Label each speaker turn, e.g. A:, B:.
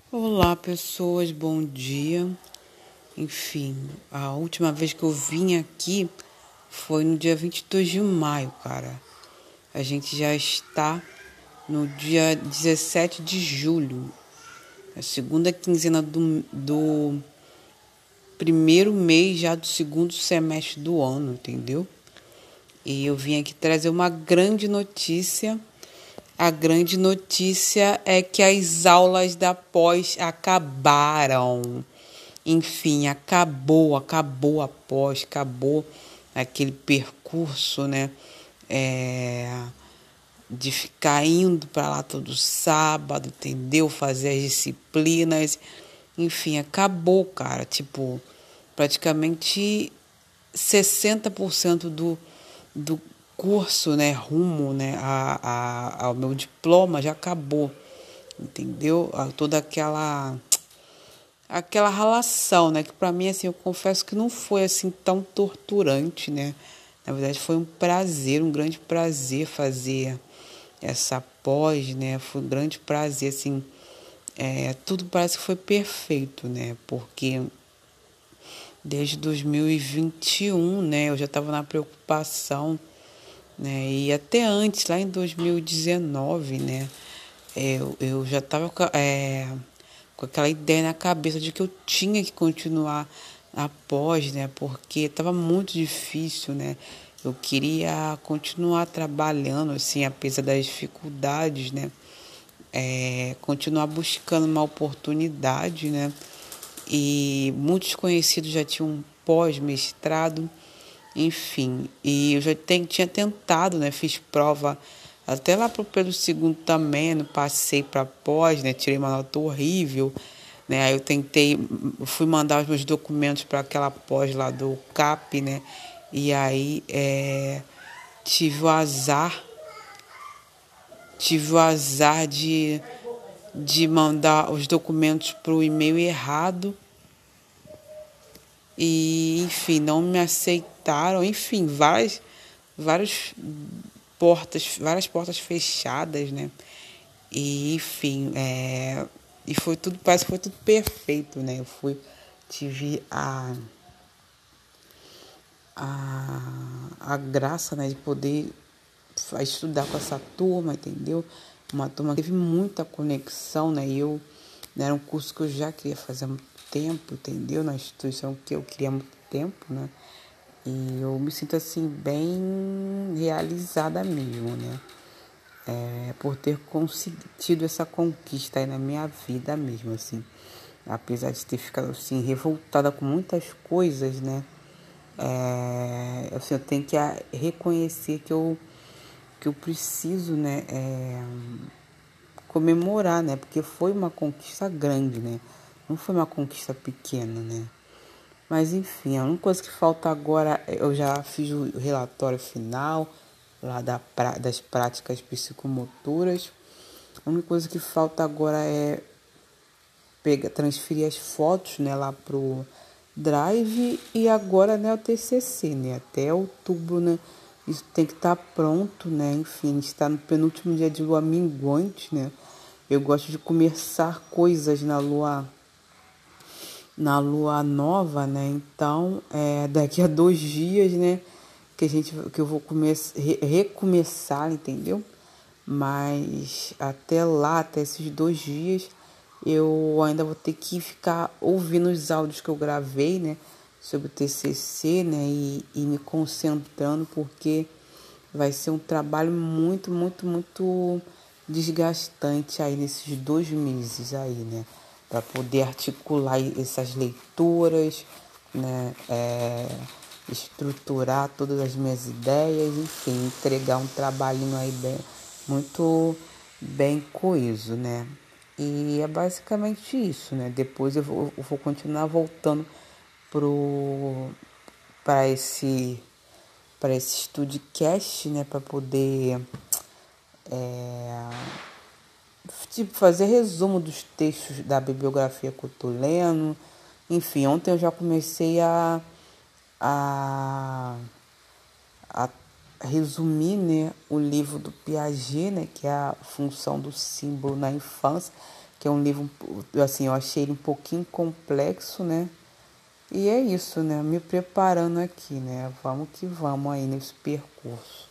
A: Olá, pessoas, bom dia. Enfim, a última vez que eu vim aqui foi no dia 22 de maio, cara. A gente já está no dia 17 de julho, a segunda quinzena do primeiro mês já do segundo semestre do ano, entendeu? E eu vim aqui trazer uma grande notícia. A grande notícia é que as aulas da pós acabaram. Enfim, acabou a pós, acabou aquele percurso, né? De ficar indo para lá todo sábado, entendeu? Fazer as disciplinas. Enfim, acabou, cara. Tipo, praticamente 60% do curso, né, rumo, né, ao meu diploma já acabou, entendeu? Toda aquela relação, né, que para mim, assim, eu confesso que não foi assim tão torturante, né? Na verdade, foi um prazer, um grande prazer fazer essa pós, né? Foi um grande prazer, assim, tudo parece que foi perfeito, né? Porque desde 2021, né, eu já estava na preocupação, né? E até antes, lá em 2019, né, eu já estava com aquela ideia na cabeça de que eu tinha que continuar após, né, porque estava muito difícil, né? Eu queria continuar trabalhando, assim, apesar das dificuldades, né? Continuar buscando uma oportunidade, né? E muitos conhecidos já tinham pós-mestrado, enfim, e eu já tinha tentado, né? Fiz prova até lá pelo segundo também, não passei para pós, né? Tirei uma nota horrível, né? Aí eu tentei, fui mandar os meus documentos para aquela pós lá do CAP, né? E aí tive o azar, tive o azar de mandar os documentos para o e-mail errado e, enfim, não me aceitaram, enfim, várias várias portas fechadas, né? E, enfim, e foi tudo, parece que foi tudo perfeito, né? Tive a graça, né, de poder estudar com essa turma, entendeu? Uma turma que teve muita conexão, né? E né, era um curso que eu já queria fazer há muito tempo, entendeu? Na instituição que eu queria há muito tempo, né? E eu me sinto, assim, bem realizada mesmo, né? Por ter tido essa conquista aí na minha vida mesmo, assim. Apesar de ter ficado, assim, revoltada com muitas coisas, né? Assim, eu tenho que reconhecer que eu preciso, né? Comemorar, né? Porque foi uma conquista grande, né? Não foi uma conquista pequena, né? Mas enfim, a única coisa que falta agora, eu já fiz o relatório final lá das práticas psicomotoras. A única coisa que falta agora é transferir as fotos, né, lá pro Drive e agora, né, o TCC, né, até outubro, né, isso tem que estar pronto, né, enfim, está no penúltimo dia de lua minguante, né, eu gosto de começar coisas na lua nova, né, então, daqui a 2 dias, né, que eu vou recomeçar, entendeu? Mas até lá, até esses 2 dias, eu ainda vou ter que ficar ouvindo os áudios que eu gravei, né, sobre o TCC, né, e me concentrando, porque vai ser um trabalho muito, muito, muito desgastante aí nesses 2 meses aí, né, para poder articular essas leituras, né, estruturar todas as minhas ideias, enfim, entregar um trabalhinho aí muito bem coeso, né? E é basicamente isso, né? Depois eu vou continuar voltando para esse studcast, né? Para poder tipo, fazer resumo dos textos da bibliografia que eu tô lendo. Enfim, ontem eu já comecei a, a resumir, né, o livro do Piaget, né, que é a função do símbolo na infância, que é um livro, assim, eu achei ele um pouquinho complexo, né? E é isso, né? Me preparando aqui, né? Vamos que vamos aí nesse percurso.